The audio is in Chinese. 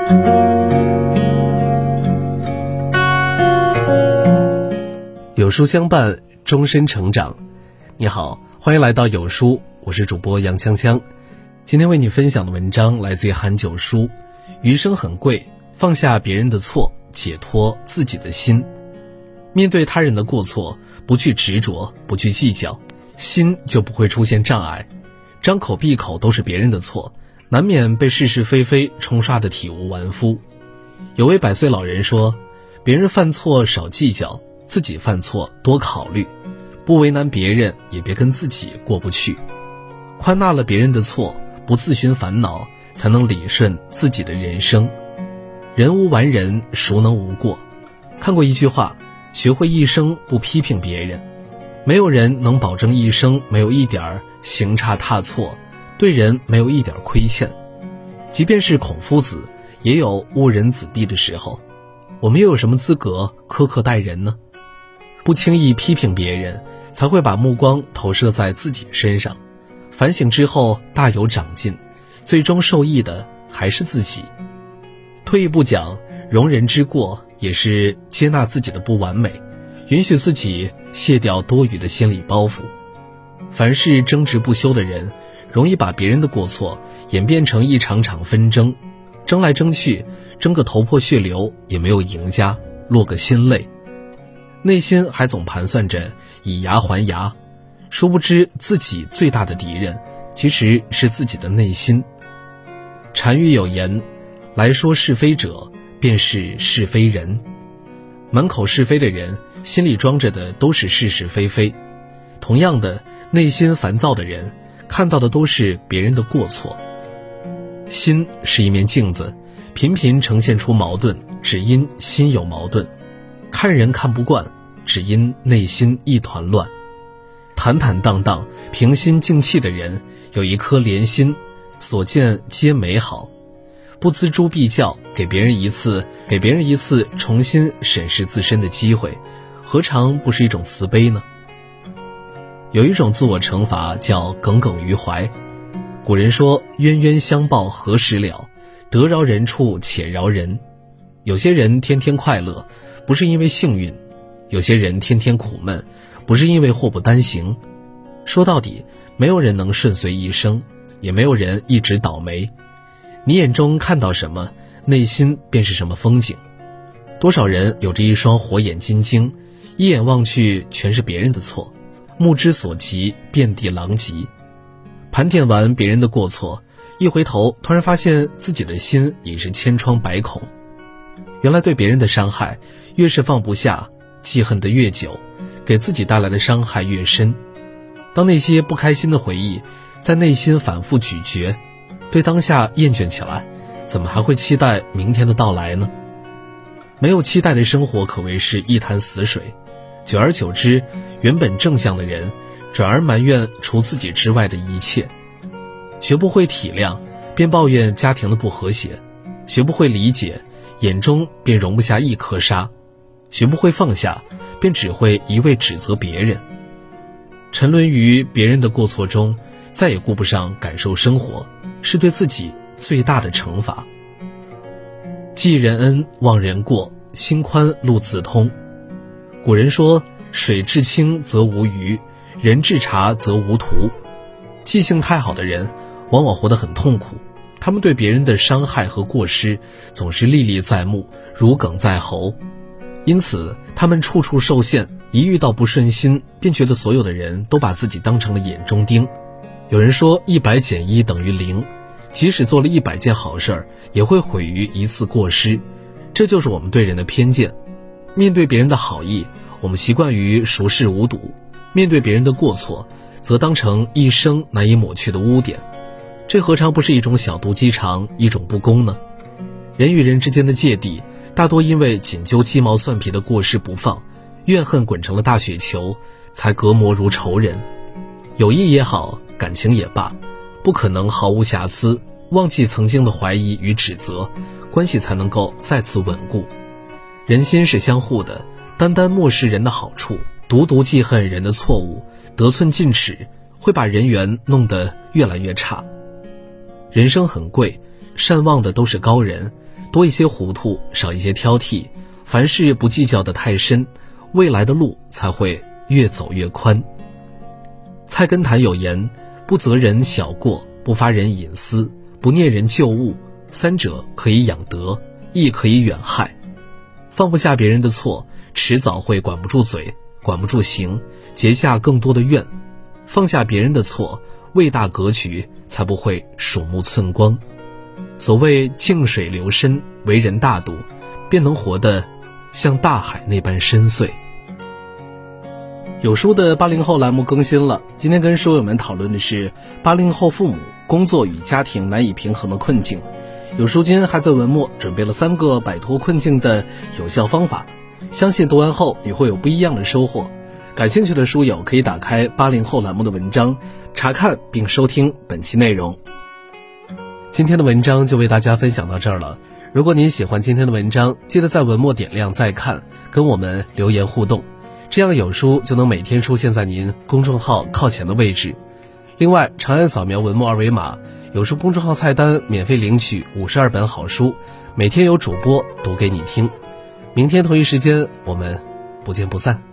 有书相伴，终身成长。你好，欢迎来到有书，我是主播杨锵锵。今天为你分享的文章来自于韩九书。余生很贵，放下别人的错，解脱自己的心。面对他人的过错，不去执着，不去计较，心就不会出现障碍。张口闭口都是别人的错，难免被是是非非冲刷得体无完肤。有位100岁老人说，别人犯错少计较，自己犯错多考虑，不为难别人，也别跟自己过不去。宽纳了别人的错，不自寻烦恼，才能理顺自己的人生。人无完人，孰能无过？看过一句话，学会一生不批评别人。没有人能保证一生没有一点行差踏错，对人没有一点亏欠。即便是孔夫子，也有误人子弟的时候。我们又有什么资格苛刻待人呢？不轻易批评别人，才会把目光投射在自己身上。反省之后大有长进，最终受益的还是自己。退一步讲，容人之过也是接纳自己的不完美，允许自己卸掉多余的心理包袱。凡是争执不休的人，容易把别人的过错演变成一场场纷争，争来争去，争个头破血流，也没有赢家，落个心累。内心还总盘算着以牙还牙，殊不知自己最大的敌人其实是自己的内心。禅语有言，来说是非者，便是是非人。满口是非的人，心里装着的都是是是非非。同样的，内心烦躁的人，看到的都是别人的过错。心是一面镜子，频频呈现出矛盾，只因心有矛盾。看人看不惯，只因内心一团乱。坦坦荡荡，平心静气的人，有一颗莲心，所见皆美好。不锱铢必较，给别人一次重新审视自身的机会，何尝不是一种慈悲呢？有一种自我惩罚叫耿耿于怀。古人说，冤冤相报何时了，得饶人处且饶人。有些人天天快乐，不是因为幸运；有些人天天苦闷，不是因为祸不单行。说到底，没有人能顺遂一生，也没有人一直倒霉。你眼中看到什么，内心便是什么风景。多少人有着一双火眼金睛，一眼望去全是别人的错，目之所及遍地狼藉。盘点完别人的过错，一回头突然发现自己的心已是千疮百孔。原来对别人的伤害越是放不下，记恨得越久，给自己带来的伤害越深。当那些不开心的回忆在内心反复咀嚼，对当下厌倦起来，怎么还会期待明天的到来呢？没有期待的生活可谓是一潭死水，久而久之，原本正向的人转而埋怨除自己之外的一切。学不会体谅，便抱怨家庭的不和谐；学不会理解，眼中便容不下一颗沙；学不会放下，便只会一味指责别人。沉沦于别人的过错中，再也顾不上感受生活，是对自己最大的惩罚。记人恩，忘人过，心宽路自通。古人说，水至清则无鱼，人至察则无徒。记性太好的人往往活得很痛苦，他们对别人的伤害和过失总是历历在目，如鲠在喉。因此他们处处受限，一遇到不顺心，便觉得所有的人都把自己当成了眼中钉。有人说100减1等于0，即使做了100件好事，也会毁于一次过失。这就是我们对人的偏见。面对别人的好意，我们习惯于熟视无睹；面对别人的过错，则当成一生难以抹去的污点。这何尝不是一种小肚鸡肠，一种不公呢？人与人之间的芥蒂，大多因为紧揪鸡毛蒜皮的过失不放，怨恨滚成了大雪球，才隔膜如仇人。友谊也好，感情也罢，不可能毫无瑕疵，忘记曾经的怀疑与指责，关系才能够再次稳固。人心是相互的，单单漠视人的好处，独独记恨人的错误，得寸进尺，会把人缘弄得越来越差。人生很贵，善忘的都是高人， 多一些糊涂，少一些挑剔，凡事不计较得太深，未来的路才会越走越宽。菜根谭有言，不责人小过，不发人隐私，不念人旧物，三者可以养德，亦可以远害。放不下别人的错，迟早会管不住嘴，管不住行，结下更多的怨。放下别人的错，为大格局，才不会鼠目寸光。所谓静水流深，为人大度，便能活得像大海那般深邃。有书的80后栏目更新了，今天跟书友们讨论的是80后父母工作与家庭难以平衡的困境。有书君还在文末准备了3个摆脱困境的有效方法，相信读完后你会有不一样的收获。感兴趣的书友可以打开80后栏目的文章，查看并收听本期内容。今天的文章就为大家分享到这儿了。如果您喜欢今天的文章，记得在文末点亮再看，跟我们留言互动，这样有书就能每天出现在您公众号靠前的位置。另外，长按扫描文末二维码，有书公众号菜单免费领取52本好书，每天有主播读给你听。明天同一时间，我们不见不散。